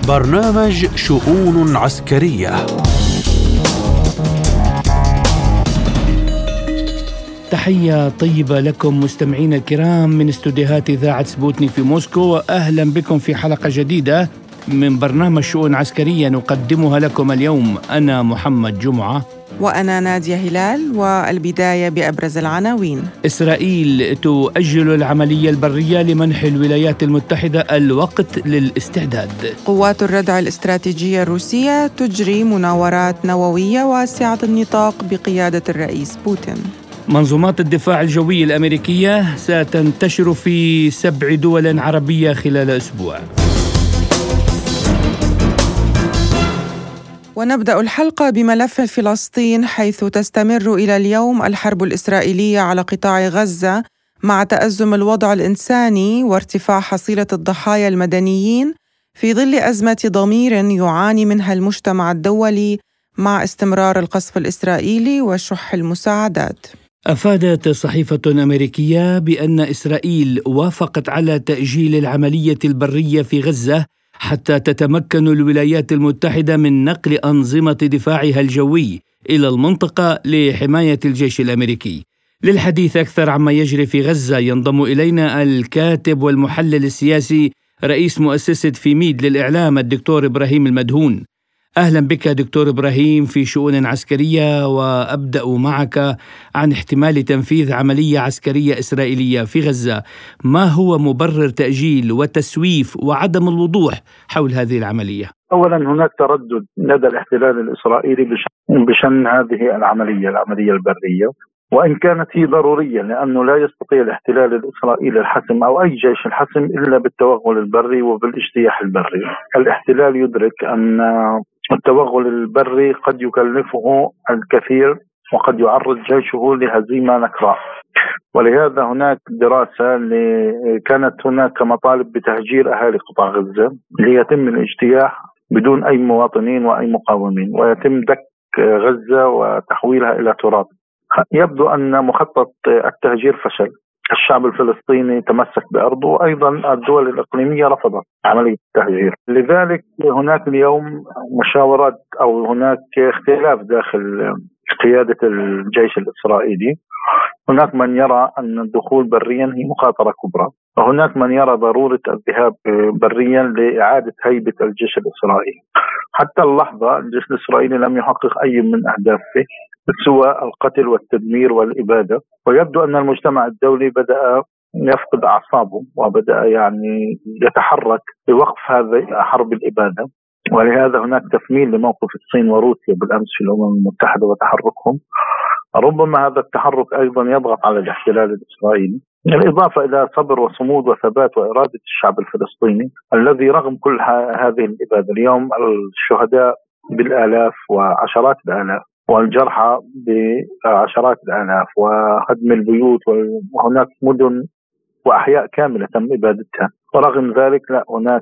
برنامج شؤون عسكرية. تحية طيبة لكم مستمعين الكرام من استوديوهات إذاعة سبوتنيك في موسكو، وأهلا بكم في حلقة جديدة من برنامج شؤون عسكرية نقدمها لكم اليوم. أنا محمد جمعة وأنا نادية هلال، والبداية بأبرز العناوين. إسرائيل تؤجل العملية البرية لمنح الولايات المتحدة الوقت للاستعداد. قوات الردع الاستراتيجية الروسية تجري مناورات نووية واسعة النطاق بقيادة الرئيس بوتين. منظومات الدفاع الجوي الأمريكية ستنتشر في 7 دول عربية خلال أسبوع. ونبدأ الحلقة بملف فلسطين، حيث تستمر إلى اليوم الحرب الإسرائيلية على قطاع غزة مع تأزم الوضع الإنساني وارتفاع حصيلة الضحايا المدنيين في ظل أزمة ضمير يعاني منها المجتمع الدولي مع استمرار القصف الإسرائيلي وشح المساعدات. أفادت صحيفة أمريكية بأن إسرائيل وافقت على تأجيل العملية البرية في غزة حتى تتمكن الولايات المتحدة من نقل أنظمة دفاعها الجوي إلى المنطقة لحماية الجيش الأمريكي. للحديث أكثر عما يجري في غزة ينضم إلينا الكاتب والمحلل السياسي رئيس مؤسسة فيميد للإعلام الدكتور إبراهيم المدهون. أهلا بك دكتور إبراهيم في شؤون عسكرية، وأبدأ معك عن احتمال تنفيذ عملية عسكرية إسرائيلية في غزة. ما هو مبرر تأجيل وتسويف وعدم الوضوح حول هذه العملية؟ أولا هناك تردد لدى الاحتلال الإسرائيلي بشأن هذه العملية البرية، وإن كانت هي ضرورية، لأنه لا يستطيع الاحتلال الإسرائيلي الحسم أو أي جيش الحسم إلا بالتوغل البري وبالاجتياح البري. الاحتلال يدرك أن التوغل البري قد يكلفه الكثير وقد يعرض جيشه لهزيمة نكراء، ولهذا هناك دراسة كانت هناك مطالب بتهجير أهالي قطاع غزة ليتم الاجتياح بدون أي مواطنين وأي مقاومين، ويتم دك غزة وتحويلها إلى تراب. يبدو أن مخطط التهجير فشل. الشعب الفلسطيني تمسك بأرضه، وأيضا الدول الإقليمية رفضت عملية التهجير. لذلك هناك اليوم مشاورات أو هناك اختلاف داخل قيادة الجيش الإسرائيلي. هناك من يرى أن الدخول بريا هي مخاطرة كبرى، وهناك من يرى ضرورة الذهاب بريا لإعادة هيبة الجيش الإسرائيلي. حتى اللحظة الجيش الإسرائيلي لم يحقق أي من أهدافه سوى القتل والتدمير والإبادة، ويبدو أن المجتمع الدولي بدأ يفقد أعصابه وبدأ يتحرك لوقف هذه حرب الإبادة. ولهذا هناك تثمين لموقف الصين وروسيا بالأمس في الأمم المتحدة وتحركهم. ربما هذا التحرك أيضا يضغط على الاحتلال الإسرائيلي، بالإضافة إلى صبر وصمود وثبات وإرادة الشعب الفلسطيني الذي رغم كل هذه الإبادة اليوم الشهداء بالآلاف وعشرات الآلاف، والجرحى بعشرات الآلاف، وهدم البيوت، وهناك مدن وأحياء كاملة تم إبادتها، ورغم ذلك لا، هناك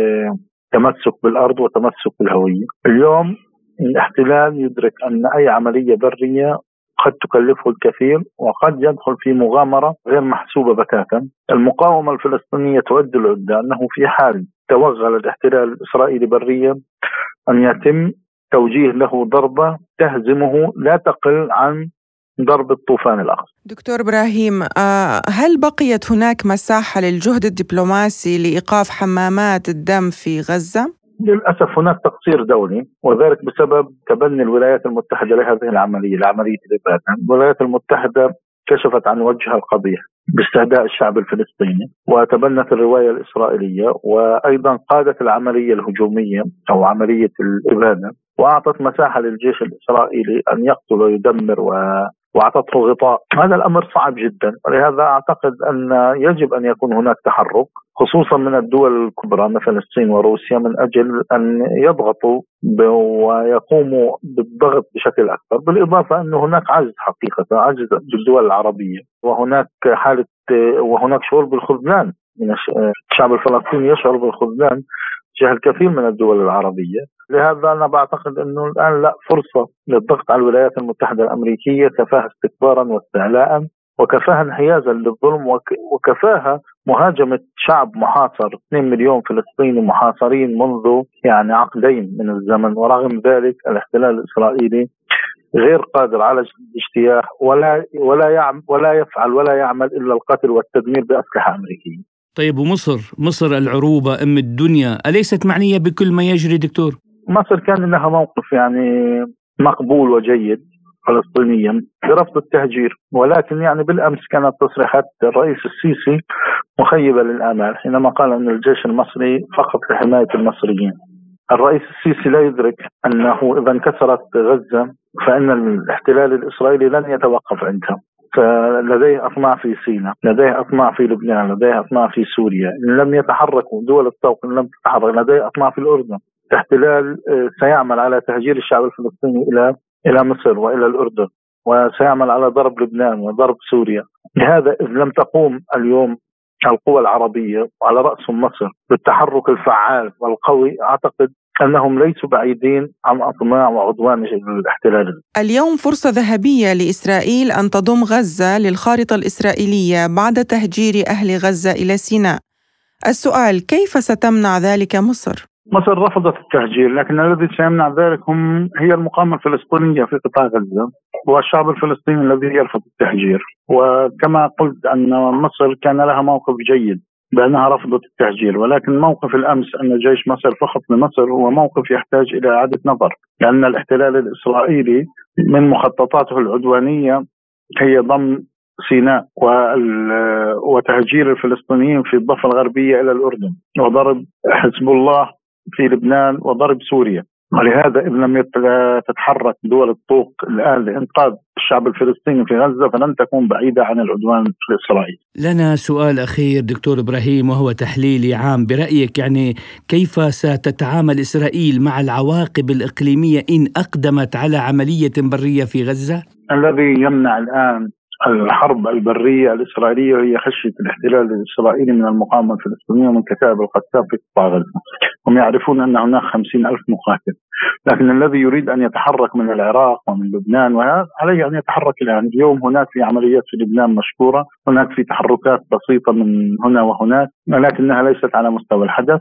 تمسك بالأرض وتمسك بالهوية. اليوم الاحتلال يدرك أن أي عملية برية قد تكلفه الكثير وقد يدخل في مغامرة غير محسوبة بتاتا. المقاومة الفلسطينية تؤدي العدة أنه في حال توغل الاحتلال الإسرائيلي بريا أن يتم توجيه له ضربة تهزمه لا تقل عن ضرب الطوفان الأخضر. دكتور إبراهيم، هل بقيت هناك مساحة للجهد الدبلوماسي لإيقاف حمامات الدم في غزة؟ للأسف هناك تقصير دولي، وذلك بسبب تبني الولايات المتحدة لهذه العملية الإبادة. الولايات المتحدة كشفت عن وجهها القبيح باستهداء الشعب الفلسطيني، وتبنت الرواية الإسرائيلية، وأيضا قادت العملية الهجومية أو عملية الإبادة، وأعطت مساحة للجيش الإسرائيلي أن يقتل ويدمر وأعطته غطاء. هذا الأمر صعب جدا، ولهذا أعتقد أن يجب أن يكون هناك تحرك خصوصا من الدول الكبرى مثل الصين وروسيا من أجل أن يضغطوا ويقوموا بالضغط بشكل أكبر. بالإضافة أن هناك عجز، حقيقة عجز بالدول العربية، وهناك شعور بالخذلان من الشعب الفلسطيني، يشعر بالخذلان تجاه الكثير من الدول العربية. لهذا أنا بعتقد أنه الآن لا فرصة للضغط على الولايات المتحدة الأمريكية، كفاها استكبارا واستعلاء، وكفاها انحيازا للظلم، وكفاها مهاجمة شعب محاصر 2 مليون فلسطيني محاصرين منذ يعني عقدين من الزمن، ورغم ذلك الاحتلال الإسرائيلي غير قادر على الاجتياح ولا يفعل ولا يعمل إلا القتل والتدمير بأسلحة أمريكية. طيب، ومصر العروبة أم الدنيا أليست معنية بكل ما يجري دكتور؟ مصر كان لها موقف يعني مقبول وجيد فلسطينيا برفض التهجير، ولكن يعني بالأمس كانت تصريحات الرئيس السيسي مخيبة للآمال حينما قال أن الجيش المصري فقط لحماية المصريين. الرئيس السيسي لا يدرك أنه إذا انكسرت غزة فإن الاحتلال الإسرائيلي لن يتوقف عندها، فلديه أطماع في سيناء، لديه أطماع في لبنان، لديه أطماع في سوريا إن لم يتحركوا دول الطوق، إن لم تتحرك لديه أطماع في الأردن. الاحتلال سيعمل على تهجير الشعب الفلسطيني إلى مصر وإلى الأردن، وسيعمل على ضرب لبنان وضرب سوريا. لهذا إذ لم تقوم اليوم القوى العربية وعلى رأسهم مصر بالتحرك الفعال والقوي، أعتقد أنهم ليسوا بعيدين عن أطماع وعدوان الاحتلال. اليوم فرصة ذهبية لإسرائيل أن تضم غزة للخارطة الإسرائيلية بعد تهجير أهل غزة إلى سيناء. السؤال: كيف ستمنع ذلك مصر؟ مصر رفضت التهجير، لكن الذي سيمنع ذلك هي المقاومة الفلسطينية في قطاع غزة والشعب الفلسطيني الذي يرفض التهجير. وكما قلت أن مصر كان لها موقف جيد بأنها رفضت التهجير، ولكن موقف الأمس أن جيش مصر فقط لمصر هو موقف يحتاج إلى إعادة نظر، لأن الاحتلال الإسرائيلي من مخططاته العدوانية هي ضم سيناء وتهجير الفلسطينيين في الضفة الغربية إلى الأردن، وضرب حزب الله في لبنان، وضرب سوريا. ولهذا إن لم تتحرك دول الطوق الآن لإنقاذ الشعب الفلسطيني في غزة فلن تكون بعيدة عن العدوان الإسرائيلي. لنا سؤال أخير دكتور إبراهيم، وهو تحليلي عام. برأيك يعني كيف ستتعامل إسرائيل مع العواقب الإقليمية إن أقدمت على عملية برية في غزة؟ الذي يمنع الآن الحرب البرية الإسرائيلية هي خشية الاحتلال الإسرائيلي من المقاومة الفلسطينية ومن كتائب القسام في قطاع غزة. هم يعرفون أن هناك 50,000 مقاتل، لكن الذي يريد أن يتحرك من العراق ومن لبنان عليه أن يتحرك الآن. اليوم هناك في عمليات في لبنان مشكورة، هناك في تحركات بسيطة من هنا وهناك، ولكنها ليست على مستوى الحدث.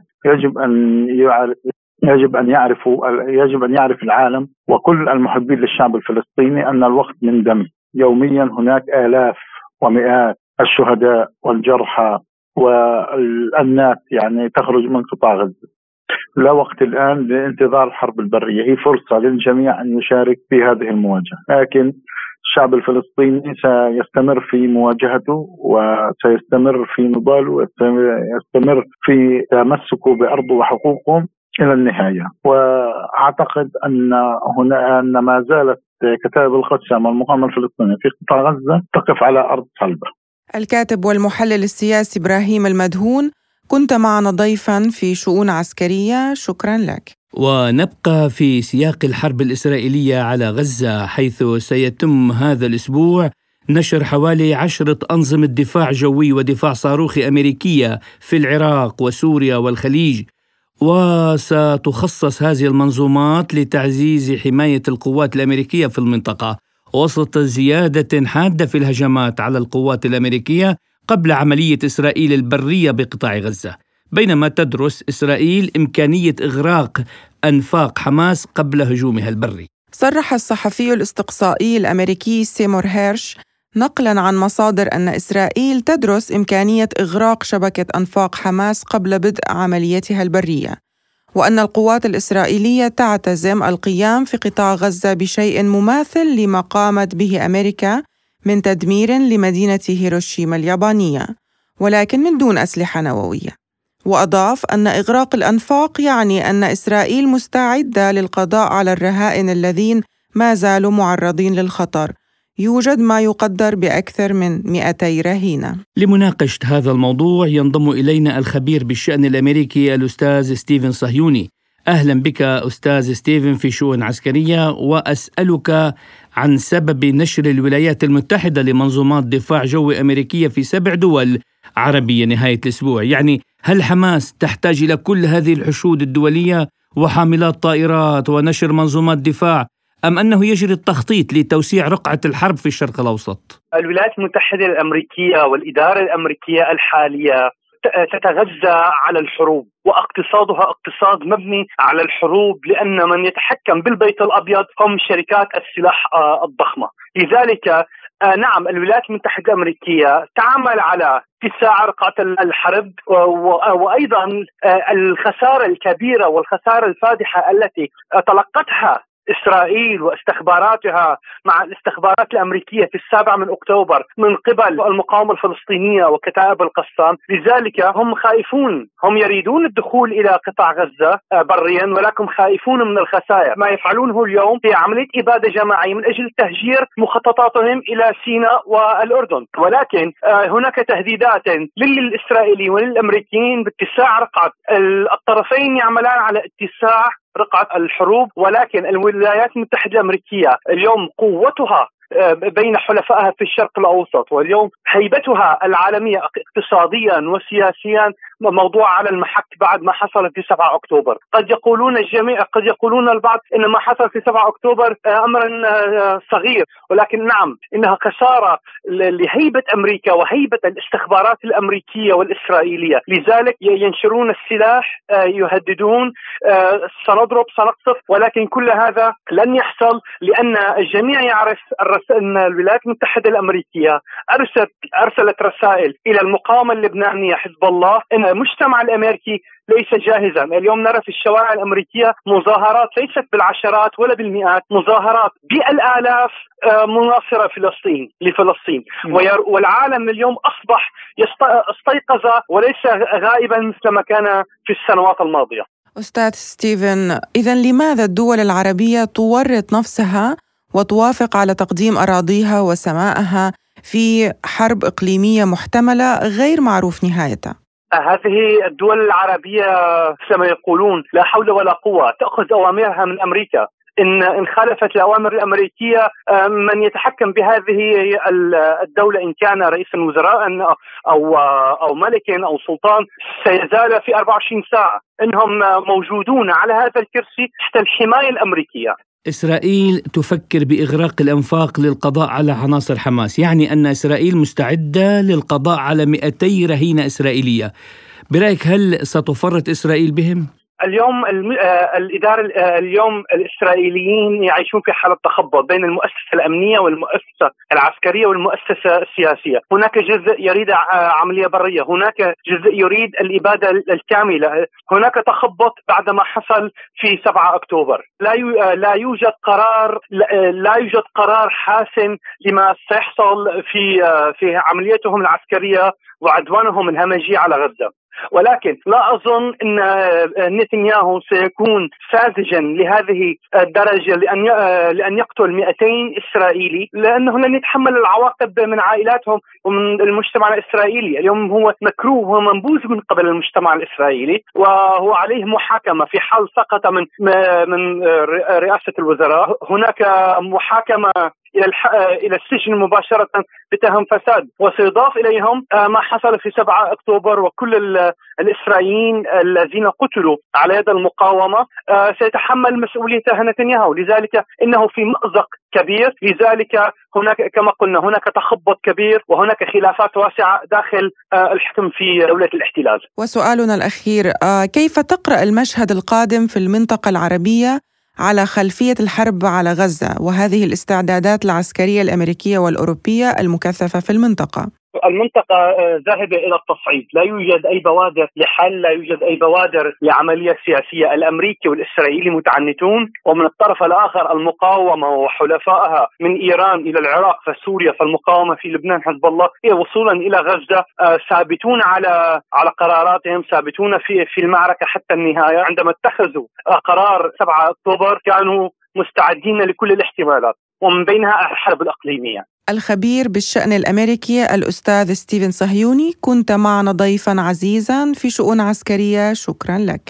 يجب أن يعرف العالم وكل المحبين للشعب الفلسطيني أن الوقت من دم. يوميا هناك آلاف ومئات الشهداء والجرحى والأنات يعني تخرج من قطاع غزة. لا وقت الآن لانتظار الحرب البرية، هي فرصة للجميع أن يشارك في هذه المواجهة، لكن الشعب الفلسطيني سيستمر في مواجهته وسيستمر في نضاله وسيستمر في تمسكه بأرضه وحقوقه إلى النهاية. وأعتقد أن ما زالت كتائب القسام والمقاومة الفلسطينية في قطاع غزة تقف على أرض صلبة. الكاتب والمحلل السياسي إبراهيم المدهون، كنت معنا ضيفا في شؤون عسكرية، شكرا لك. ونبقى في سياق الحرب الإسرائيلية على غزة، حيث سيتم هذا الأسبوع نشر حوالي 10 أنظمة دفاع جوي ودفاع صاروخي أمريكية في العراق وسوريا والخليج، وستخصص هذه المنظومات لتعزيز حماية القوات الأمريكية في المنطقة وسط زيادة حادة في الهجمات على القوات الأمريكية قبل عملية إسرائيل البرية بقطاع غزة، بينما تدرس إسرائيل إمكانية إغراق أنفاق حماس قبل هجومها البري. صرح الصحفي الاستقصائي الأمريكي سيمور هيرش نقلاً عن مصادر أن إسرائيل تدرس إمكانية إغراق شبكة أنفاق حماس قبل بدء عمليتها البرية، وأن القوات الإسرائيلية تعتزم القيام في قطاع غزة بشيء مماثل لما قامت به أمريكا من تدمير لمدينة هيروشيما اليابانية، ولكن من دون أسلحة نووية. وأضاف أن إغراق الأنفاق يعني أن إسرائيل مستعدة للقضاء على الرهائن الذين ما زالوا معرضين للخطر. يوجد ما يقدر بأكثر من 200 رهينة. لمناقشة هذا الموضوع ينضم إلينا الخبير بالشأن الأمريكي الأستاذ ستيفن صهيوني. أهلا بك أستاذ ستيفن في شؤون عسكرية، وأسألك عن سبب نشر الولايات المتحدة لمنظومات دفاع جوي أمريكية في 7 دول عربية نهاية الأسبوع. يعني هل حماس تحتاج إلى كل هذه الحشود الدولية وحاملات طائرات ونشر منظومات دفاع أم أنه يجري التخطيط لتوسيع رقعة الحرب في الشرق الأوسط؟ الولايات المتحدة الأمريكية والإدارة الأمريكية الحالية تتغذى على الحروب، واقتصادها اقتصاد مبني على الحروب، لأن من يتحكم بالبيت الأبيض هم شركات السلاح الضخمة. لذلك نعم، الولايات المتحدة الأمريكية تعمل على اتساع رقعة الحرب، وأيضا الخسارة الكبيرة والخسارة الفادحة التي تلقتها إسرائيل واستخباراتها مع الاستخبارات الأمريكية في 7 أكتوبر من قبل المقاومة الفلسطينية وكتائب القسام. لذلك هم خائفون، هم يريدون الدخول إلى قطاع غزة بريا، ولكن خائفون من الخسائر. ما يفعلونه اليوم هي عملية إبادة جماعية من أجل تهجير مخططاتهم إلى سيناء والأردن، ولكن هناك تهديدات للإسرائيليين وللأمريكيين باتساع رقعة. الطرفين يعملان على اتساع رقعة الحروب، ولكن الولايات المتحدة الأمريكية اليوم قوتها بين حلفائها في الشرق الأوسط، واليوم هيبتها العالمية اقتصاديا وسياسيا موضوع على المحك بعد ما حصل في 7 أكتوبر. قد يقولون الجميع، قد يقولون البعض إن ما حصل في 7 أكتوبر أمر صغير، ولكن نعم، إنها خسارة لهيبة أمريكا وهيبة الاستخبارات الأمريكية والإسرائيلية. لذلك ينشرون السلاح، يهددون، سنضرب سنقصف، ولكن كل هذا لن يحصل، لأن الجميع يعرف أن الولايات المتحدة الأمريكية أرسلت رسائل إلى المقاومة اللبنانية حزب الله أن المجتمع الأمريكي ليس جاهزا. اليوم نرى في الشوارع الأمريكية مظاهرات ليست بالعشرات ولا بالمئات، مظاهرات بالآلاف مناصرة لفلسطين. والعالم اليوم أصبح استيقظ وليس غائبا مثل ما كان في السنوات الماضية. أستاذ ستيفن، إذن لماذا الدول العربية تورط نفسها وتوافق على تقديم أراضيها وسمائها في حرب إقليمية محتملة غير معروف نهايتها؟ هذه الدول العربية كما يقولون لا حول ولا قوة، تأخذ أوامرها من أمريكا. إن خالفت الأوامر الأمريكية، من يتحكم بهذه الدولة إن كان رئيس الوزراء أو ملك أو سلطان سيزال في 24 ساعة. إنهم موجودون على هذا الكرسي تحت الحماية الأمريكية. إسرائيل تفكر بإغراق الأنفاق للقضاء على عناصر حماس، يعني أن إسرائيل مستعدة للقضاء على 200 رهينة إسرائيلية. برأيك هل ستفرط إسرائيل بهم؟ اليوم اليوم الإسرائيليين يعيشون في حالة تخبط بين المؤسسة الأمنية والمؤسسة العسكرية والمؤسسة السياسية. هناك جزء يريد عملية برية، هناك جزء يريد الإبادة الكاملة. هناك تخبط بعد ما حصل في 7 أكتوبر. لا يوجد قرار حاسم لما سيحصل في عمليتهم العسكرية وعدوانهم الهمجي على غزة. ولكن لا أظن أن نتنياهو سيكون ساذجا لهذه الدرجة لأن يقتل 200 إسرائيلي، لأنه لن يتحمل العواقب من عائلاتهم ومن المجتمع الإسرائيلي. اليوم هو مكروه ومنبوذ من قبل المجتمع الإسرائيلي، وهو عليه محاكمة في حال سقط من رئاسة الوزراء. هناك محاكمة إلى السجن مباشرة بتهم فساد، وسيضاف إليهم ما حصل في 7 أكتوبر وكل الإسرائيليين الذين قتلوا على يد المقاومة. سيتحمل مسؤوليته نتنياهو. لذلك إنه في مأزق كبير. لذلك هناك كما قلنا هناك تخبط كبير وهناك خلافات واسعة داخل الحكم في دولة الاحتلال. وسؤالنا الأخير، كيف تقرأ المشهد القادم في المنطقة العربية على خلفية الحرب على غزة وهذه الاستعدادات العسكرية الأمريكية والأوروبية المكثفة في المنطقة؟ المنطقة ذاهبة إلى التصعيد، لا يوجد أي بوادر لحل، لا يوجد أي بوادر لعملية سياسية. الأمريكي والإسرائيلي متعنتون، ومن الطرف الآخر المقاومة وحلفائها من إيران إلى العراق فسوريا، فالمقاومة في لبنان حزب الله وصولا إلى غزة ثابتون على قراراتهم، ثابتون في المعركة حتى النهاية. عندما اتخذوا قرار 7 أكتوبر كانوا مستعدين لكل الاحتمالات، ومن بينها الحرب الإقليمية. الخبير بالشأن الأمريكي الأستاذ ستيفن صهيوني، كنت معنا ضيفا عزيزا في شؤون عسكرية. شكرا لك.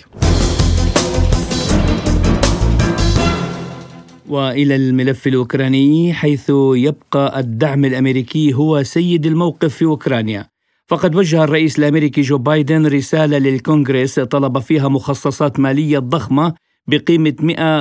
وإلى الملف الأوكراني، حيث يبقى الدعم الأمريكي هو سيد الموقف في أوكرانيا. فقد وجه الرئيس الأمريكي جو بايدن رسالة للكونغرس طلب فيها مخصصات مالية ضخمة بقيمة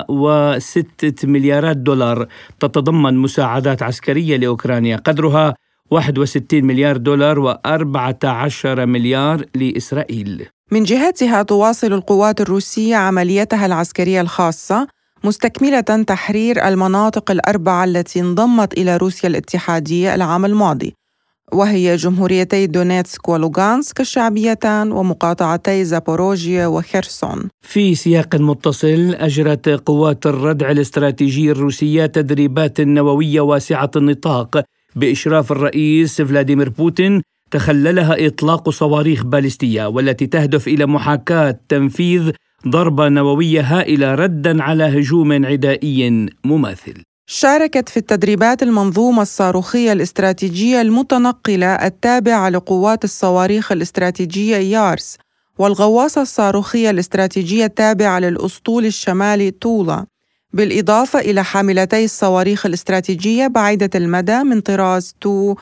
106 مليارات دولار، تتضمن مساعدات عسكرية لأوكرانيا قدرها 61 مليار دولار و14 مليار لإسرائيل. من جهتها تواصل القوات الروسية عمليتها العسكرية الخاصة، مستكملة تحرير المناطق الأربعة التي انضمت إلى روسيا الاتحادية العام الماضي، وهي جمهوريتي دونيتسك ولوغانسك الشعبيتان ومقاطعتي زابوروجيا وخيرسون. في سياق متصل، أجرت قوات الردع الاستراتيجي الروسية تدريبات نووية واسعة النطاق بإشراف الرئيس فلاديمير بوتين، تخللها إطلاق صواريخ باليستية والتي تهدف إلى محاكاة تنفيذ ضربة نووية هائلة رداً على هجوم عدائي مماثل. شاركت في التدريبات المنظومة الصاروخية الاستراتيجية المتنقلة التابعة لقوات الصواريخ الاستراتيجية يارس، والغواصة الصاروخية الاستراتيجية التابعة للأسطول الشمالي طولا، بالإضافة إلى حاملتي الصواريخ الاستراتيجية بعيدة المدى من طراز تو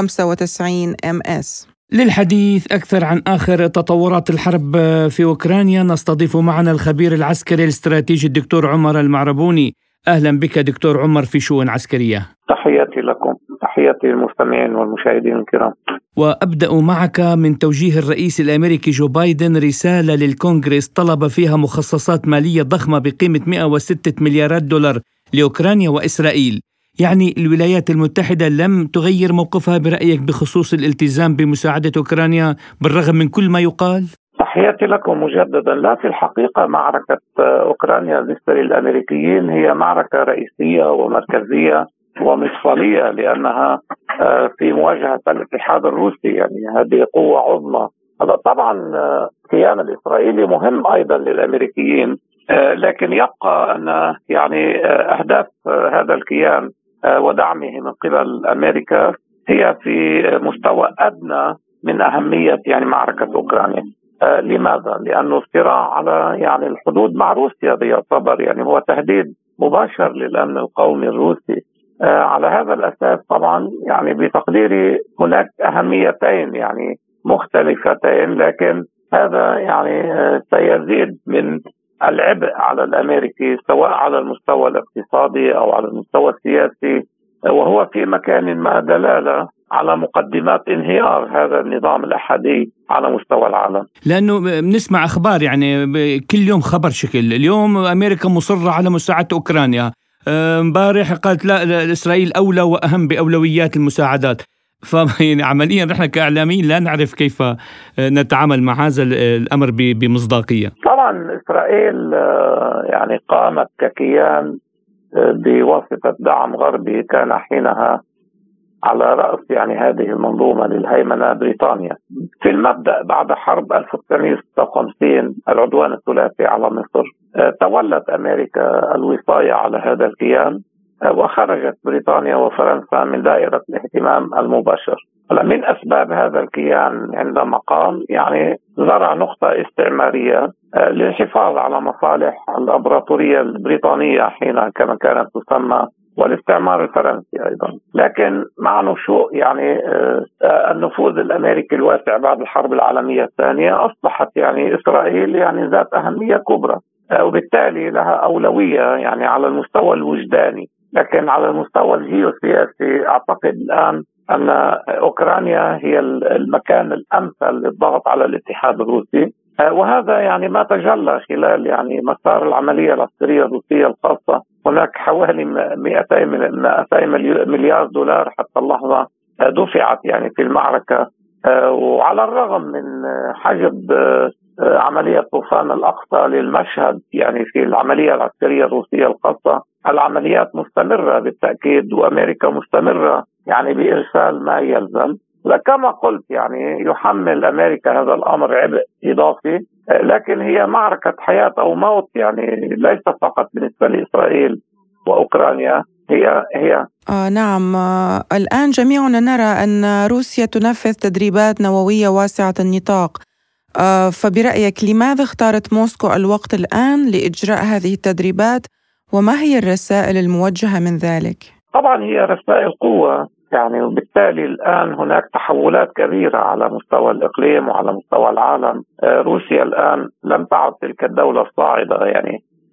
95 MS. للحديث أكثر عن آخر تطورات الحرب في أوكرانيا نستضيف معنا الخبير العسكري الاستراتيجي الدكتور عمر المعربوني. أهلا بك دكتور عمر في شؤون عسكرية. تحياتي لكم، تحياتي للمستمعين والمشاهدين الكرام. وأبدأ معك من توجيه الرئيس الأمريكي جو بايدن رسالة للكونغرس طلب فيها مخصصات مالية ضخمة بقيمة 106 مليارات دولار لأوكرانيا وإسرائيل. يعني الولايات المتحدة لم تغير موقفها برأيك بخصوص الالتزام بمساعدة أوكرانيا بالرغم من كل ما يقال؟ تحياتي لكم مجددا. لا، في الحقيقة معركة أوكرانيا بالنسبة للأمريكيين هي معركة رئيسية ومركزية ومفصلية، لأنها في مواجهة الاتحاد الروسي، يعني هذه قوة عظمى. هذا طبعا الكيان الإسرائيلي مهم أيضا للأمريكيين، لكن يبقى أن يعني أهداف هذا الكيان ودعمه من قبل أمريكا هي في مستوى أدنى من أهمية يعني معركة أوكرانيا. لماذا؟ لأنه الصراع على يعني الحدود مع روسيا يعتبر يعني هو تهديد مباشر للأمن القومي الروسي. على هذا الأساس طبعا يعني بتقديري هناك أهميتين يعني مختلفتين، لكن هذا يعني سيزيد من العبء على الأمريكي سواء على المستوى الاقتصادي أو على المستوى السياسي، وهو في مكان ما دلالة على مقدمات انهيار هذا النظام الأحادي على مستوى العالم. لأنه بنسمع أخبار يعني كل يوم خبر شكل. اليوم أمريكا مصرة على مساعدة أوكرانيا، امبارح قالت لا إسرائيل أولى وأهم بأولويات المساعدات. فيعني عمليا نحن كإعلاميين لا نعرف كيف نتعامل مع هذا الأمر بمصداقية. طبعا إسرائيل يعني قامت ككيان بواسطة دعم غربي، كان حينها على رأس يعني هذه المنظومة للهيمنة بريطانيا. في المبدأ بعد حرب 1956 العدوان الثلاثي على مصر تولت أمريكا الوصاية على هذا الكيان، وخرجت بريطانيا وفرنسا من دائرة الاهتمام المباشر. من أسباب هذا الكيان عندما قام يعني زرع نقطة استعمارية للحفاظ على مصالح الإمبراطورية البريطانية حين كما كانت تسمى، والاستعمار الفرنسي أيضا. لكن مع نشوء يعني النفوذ الأمريكي الواسع بعد الحرب العالمية الثانية أصبحت يعني إسرائيل يعني ذات أهمية كبرى، وبالتالي لها أولوية يعني على المستوى الوجداني. لكن على المستوى الجيوسياسي أعتقد الآن أن أوكرانيا هي المكان الأمثل للضغط على الاتحاد الروسي، وهذا يعني ما تجلى خلال يعني مسار العملية العسكرية الروسية الخاصة. هناك حوالي 200 مليار دولار حتى اللحظة دفعت يعني في المعركة، وعلى الرغم من حجب عملية طوفان الأقصى للمشهد يعني في العملية العسكرية الروسية الخاصة، العمليات مستمرة بالتأكيد، وأمريكا مستمرة يعني بإرسال ما يلزم. كما قلت يعني يحمل أمريكا هذا الأمر عبء إضافي، لكن هي معركة حياة أو موت، يعني ليس فقط بالنسبة لإسرائيل وأوكرانيا. هي نعم. الآن جميعنا نرى أن روسيا تنفذ تدريبات نووية واسعة النطاق، فبرأيك لماذا اختارت موسكو الوقت الآن لإجراء هذه التدريبات، وما هي الرسائل الموجهة من ذلك؟ طبعا هي رسائل قوة يعني، وبالتالي الآن هناك تحولات كبيرة على مستوى الإقليم وعلى مستوى العالم. روسيا الآن لم تعد تلك الدولة الصاعدة يعني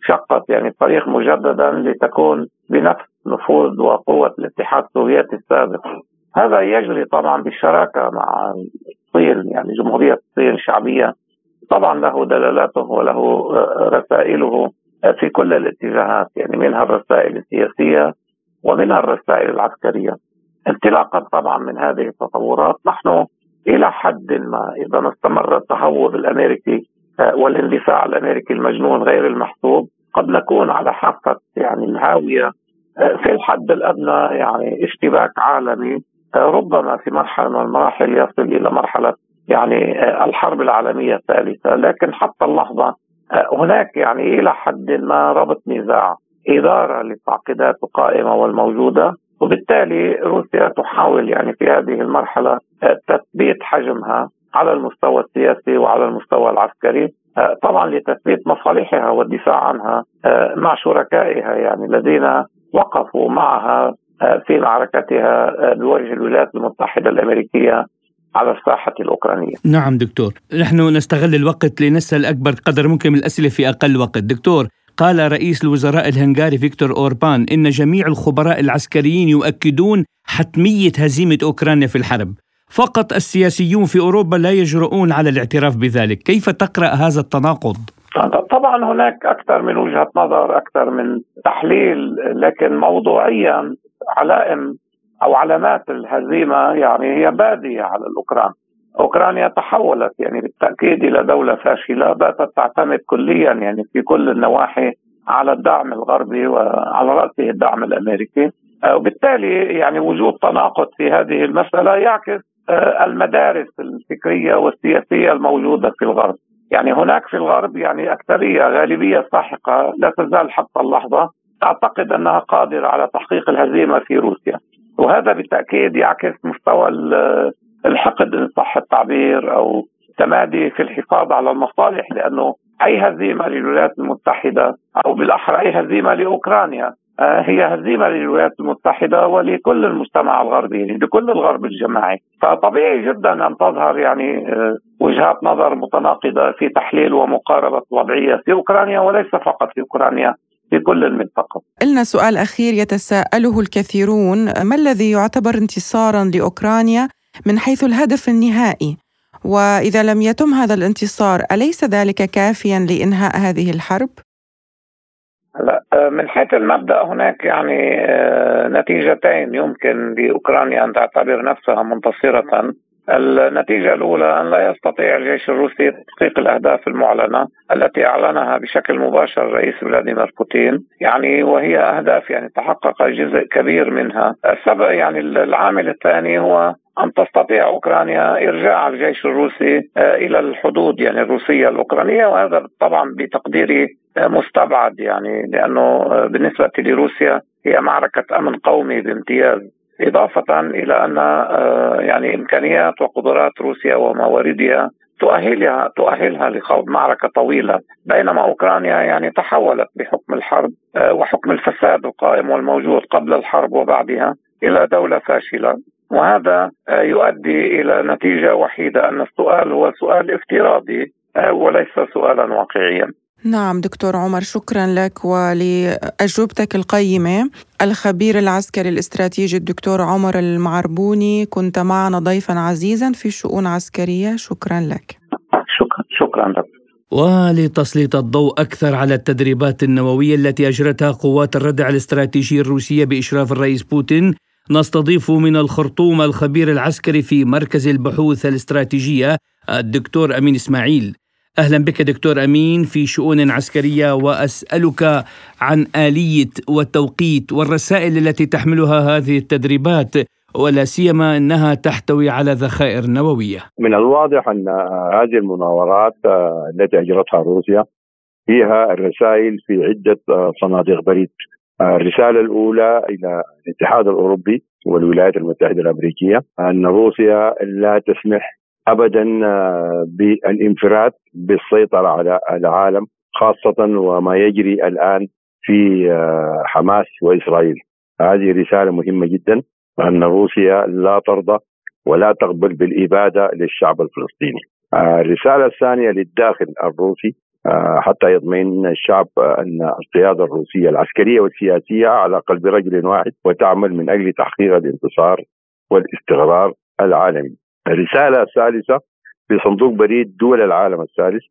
شقت يعني الطريق مجددا لتكون بنفس نفوذ وقوة الاتحاد السوفيتي السابق. هذا يجري طبعا بالشراكة مع الصين، يعني جمهورية الصين الشعبية طبعا له دلالاته وله رسائله في كل الاتجاهات، يعني منها الرسائل السياسية ومنها الرسائل العسكرية. انطلاقا طبعا من هذه التطورات نحن إلى حد ما إذا استمر التهور الأمريكي والاندفاع الأمريكي المجنون غير المحسوب قد نكون على حافة يعني الهاوية في الحد الأدنى، يعني اشتباك عالمي ربما في مرحلة من المراحل يصل إلى مرحلة يعني الحرب العالمية الثالثة. لكن حتى اللحظة هناك يعني إلى حد ما ربط نزاع إدارة للتعقيدات القائمة والموجودة، وبالتالي روسيا تحاول يعني في هذه المرحلة تثبيت حجمها على المستوى السياسي وعلى المستوى العسكري، طبعا لتثبيت مصالحها والدفاع عنها مع شركائها يعني الذين وقفوا معها في معركتها بوجه الولايات المتحدة الأمريكية على الساحة الأوكرانية. نعم دكتور، نحن نستغل الوقت لنسأل أكبر قدر ممكن من الأسئلة في أقل وقت. دكتور، قال رئيس الوزراء الهنغاري فيكتور أوربان إن جميع الخبراء العسكريين يؤكدون حتمية هزيمة أوكرانيا في الحرب، فقط السياسيون في أوروبا لا يجرؤون على الاعتراف بذلك. كيف تقرأ هذا التناقض؟ طبعا هناك أكثر من وجهة نظر، أكثر من تحليل، لكن موضوعيا علائم أو علامات الهزيمة يعني هي بادية على الأوكران. أوكرانيا تحولت يعني بالتأكيد إلى دولة فاشلة باتت تعتمد كليا يعني في كل النواحي على الدعم الغربي وعلى رأسه الدعم الأمريكي، وبالتالي يعني وجود تناقض في هذه المسألة يعكس المدارس الفكرية والسياسية الموجودة في الغرب. يعني هناك في الغرب يعني أكثرية غالبية ساحقة لا تزال حتى اللحظة تعتقد أنها قادرة على تحقيق الهزيمة في روسيا، وهذا بالتأكيد يعكس مستوى الحقد إن صح التعبير أو تمادي في الحفاظ على المصالح، لأنه أي هزيمة للولايات المتحدة أو بالأحرى أي هزيمة لأوكرانيا هي هزيمة للولايات المتحدة ولكل المجتمع الغربي، لكل الغرب الجماعي. فطبيعي جدا أن تظهر يعني وجهات نظر متناقضة في تحليل ومقاربة الوضعية في أوكرانيا، وليس فقط في أوكرانيا، في كل المنطقة. لنا سؤال أخير يتساءله الكثيرون: ما الذي يعتبر انتصارا لأوكرانيا من حيث الهدف النهائي؟ وإذا لم يتم هذا الانتصار أليس ذلك كافيا لإنهاء هذه الحرب؟ لا، من حيث المبدأ هناك يعني نتيجتين يمكن لأوكرانيا أن تعتبر نفسها منتصرة. النتيجة الأولى أن لا يستطيع الجيش الروسي تحقيق الأهداف المعلنة التي أعلنها بشكل مباشر الرئيس فلاديمير بوتين، يعني وهي أهداف يعني تحقق جزء كبير منها. السبب يعني العامل الثاني هو أن تستطيع أوكرانيا إرجاع الجيش الروسي إلى الحدود يعني الروسية الأوكرانية، وهذا طبعا بتقديري مستبعد، يعني لأنه بالنسبة لروسيا هي معركة أمن قومي بامتياز، إضافة إلى أن يعني إمكانيات وقدرات روسيا ومواردها تؤهلها لخوض معركة طويلة، بينما أوكرانيا يعني تحولت بحكم الحرب وحكم الفساد القائم والموجود قبل الحرب وبعدها إلى دولة فاشلة. وهذا يؤدي إلى نتيجة وحيدة، أن السؤال هو سؤال افتراضي وليس سؤالا واقعيا. نعم دكتور عمر، شكرا لك ولأجوبتك القيمة. الخبير العسكري الاستراتيجي الدكتور عمر المعربوني، كنت معنا ضيفا عزيزا في شؤون عسكرية. شكرا لك. شكرا لك. ولتسليط الضوء أكثر على التدريبات النووية التي أجرتها قوات الردع الاستراتيجي الروسية بإشراف الرئيس بوتين، نستضيف من الخرطوم الخبير العسكري في مركز البحوث الاستراتيجية الدكتور أمين إسماعيل. أهلا بك دكتور أمين في شؤون عسكرية، وأسألك عن آلية والتوقيت والرسائل التي تحملها هذه التدريبات، ولا سيما أنها تحتوي على ذخائر نووية. من الواضح أن هذه المناورات التي أجرتها روسيا فيها الرسائل في عدة صناديق بريد. الرسالة الأولى إلى الاتحاد الأوروبي والولايات المتحدة الأمريكية أن روسيا لا تسمح أبدا بالانفراد بالسيطرة على العالم، خاصة وما يجري الآن في حماس وإسرائيل. هذه رسالة مهمة جدا، أن روسيا لا ترضى ولا تقبل بالإبادة للشعب الفلسطيني. الرسالة الثانية للداخل الروسي حتى يطمئن الشعب أن القيادة الروسية العسكرية والسياسية على قلب رجل واحد وتعمل من أجل تحقيق الانتصار والاستقرار العالمي. الرسالة الثالثة في صندوق بريد دول العالم الثالث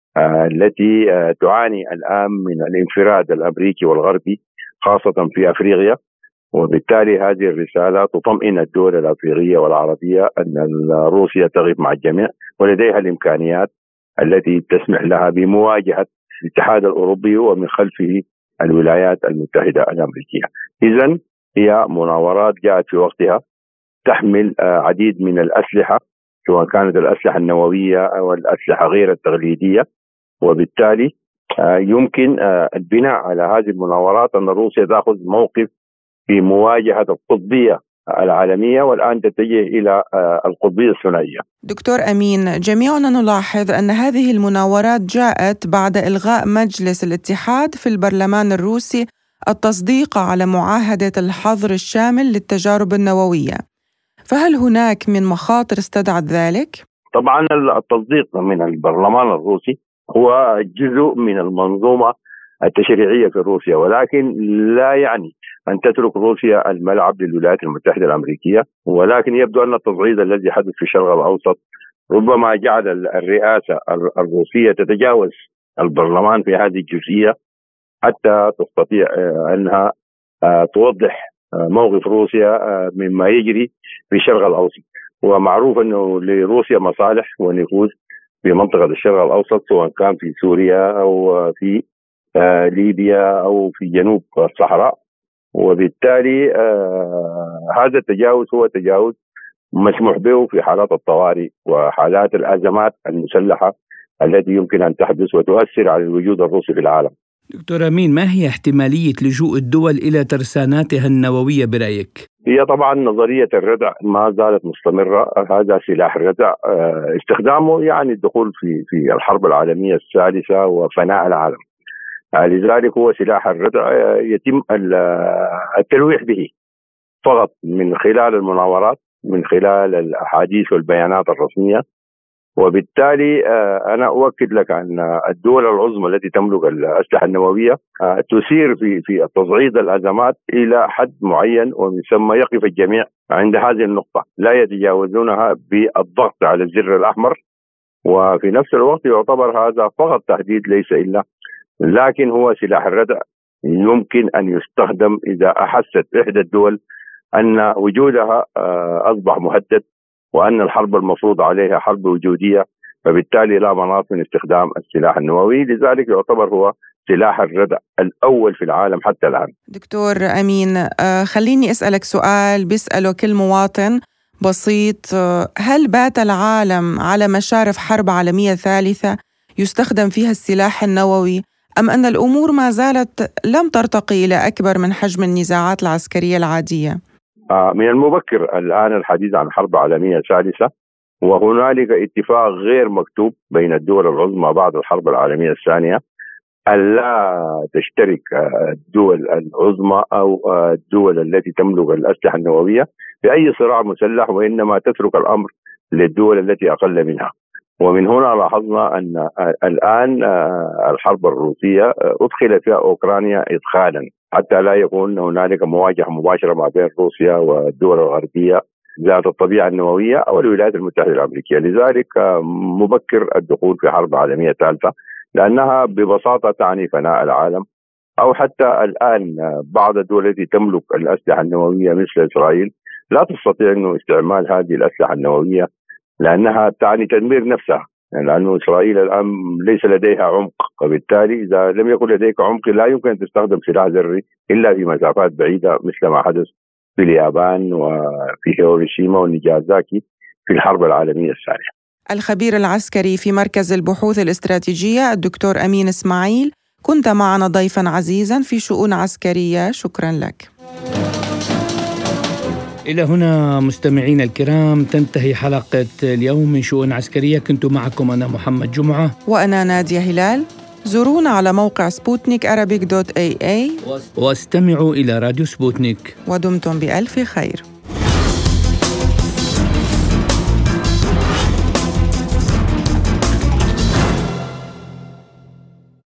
التي تعاني الآن من الانفراد الأمريكي والغربي خاصة في أفريقيا، وبالتالي هذه الرسالة تطمئن الدول الأفريقية والعربية أن روسيا تقف مع الجميع ولديها الإمكانيات التي تسمح لها بمواجهة الاتحاد الأوروبي ومن خلفه الولايات المتحدة الأمريكية. إذن هي مناورات جاءت في وقتها، تحمل عديد من الأسلحة سواء كانت الأسلحة النووية أو الأسلحة غير التقليدية، وبالتالي يمكن البناء على هذه المناورات أن روسيا تأخذ موقف في مواجهة القطبية العالمية والآن تتجه إلى القطبية الثنائية. دكتور أمين، جميعنا نلاحظ أن هذه المناورات جاءت بعد إلغاء مجلس الاتحاد في البرلمان الروسي التصديق على معاهدة الحظر الشامل للتجارب النووية، فهل هناك من مخاطر استدعت ذلك؟ طبعا التصديق من البرلمان الروسي هو جزء من المنظومة التشريعية في روسيا، ولكن لا يعني أن تترك روسيا الملعب للولايات المتحدة الأمريكية، ولكن يبدو أن التصعيد الذي حدث في الشرق الأوسط ربما جعل الرئاسة الروسية تتجاوز البرلمان في هذه الجزئية حتى تستطيع أنها توضح موقف روسيا مما يجري في الشرق الأوسط. ومعروف أنه لروسيا مصالح ونفوذ في منطقة الشرق الأوسط سواء كان في سوريا أو في ليبيا أو في جنوب الصحراء، وبالتالي هذا التجاوز هو تجاوز مسموح به في حالات الطوارئ وحالات الأزمات المسلحة التي يمكن أن تحدث وتؤثر على الوجود الروسي في العالم. دكتور أمين، ما هي احتمالية لجوء الدول إلى ترساناتها النووية برأيك؟ هي طبعا نظرية الردع ما زالت مستمرة. هذا سلاح الردع استخدامه يعني الدخول في الحرب العالمية الثالثة وفناء العالم. لذلك هو سلاح الردع يتم التلويح به فقط من خلال المناورات، من خلال الأحاديث والبيانات الرسمية. وبالتالي أنا أؤكد لك أن الدول العظمى التي تملك الأسلحة النووية تثير في تصعيد الأزمات إلى حد معين، ومن ثم يقف الجميع عند هذه النقطة، لا يتجاوزونها بالضغط على الزر الأحمر. وفي نفس الوقت يعتبر هذا فقط تهديد ليس إلا، لكن هو سلاح الردع يمكن أن يستخدم إذا أحست إحدى الدول أن وجودها أصبح مهدد وأن الحرب المفروض عليها حرب وجودية، فبالتالي لا مناص من استخدام السلاح النووي. لذلك يعتبر هو سلاح الردع الأول في العالم حتى الآن. دكتور أمين، خليني أسألك سؤال بيسأله كل مواطن بسيط. هل بات العالم على مشارف حرب عالمية ثالثة يستخدم فيها السلاح النووي، أم أن الأمور ما زالت لم ترتقي إلى أكبر من حجم النزاعات العسكرية العادية؟ من المبكر الآن الحديث عن حرب عالمية ثالثة، وهنالك اتفاق غير مكتوب بين الدول العظمى بعد الحرب العالمية الثانية ألا تشترك الدول العظمى أو الدول التي تملك الأسلحة النووية في أي صراع مسلح، وإنما تترك الأمر للدول التي أقل منها. ومن هنا لاحظنا أن الآن الحرب الروسية أدخل فيها أوكرانيا إدخالا حتى لا يكون هنالك مواجهة مباشرة ما بين روسيا والدول الغربية ذات الطبيعة النووية أو الولايات المتحدة الأمريكية. لذلك مبكر الدخول في حرب عالمية ثالثة، لأنها ببساطة تعني فناء العالم. أو حتى الآن بعض الدول التي تملك الأسلحة النووية مثل إسرائيل لا تستطيع أنه استعمال هذه الأسلحة النووية لأنها تعني تدمير نفسها، لأن إسرائيل الآن ليس لديها عمق، وبالتالي إذا لم يكن لديك عمق لا يمكن أن تستخدم سلاح ذري إلا في مسافات بعيدة مثل ما حدث في اليابان وفي هيروشيما ونيجازاكي في الحرب العالمية الثانية. الخبير العسكري في مركز البحوث الاستراتيجية الدكتور أمين إسماعيل، كنت معنا ضيفا عزيزا في شؤون عسكرية، شكرا لك. إلى هنا مستمعين الكرام تنتهي حلقة اليوم من شؤون عسكرية. كنت معكم أنا محمد جمعة وأنا نادية هلال. زورونا على موقع sputnikarabic.ae واستمعوا إلى راديو سبوتنيك. ودمتم بألف خير.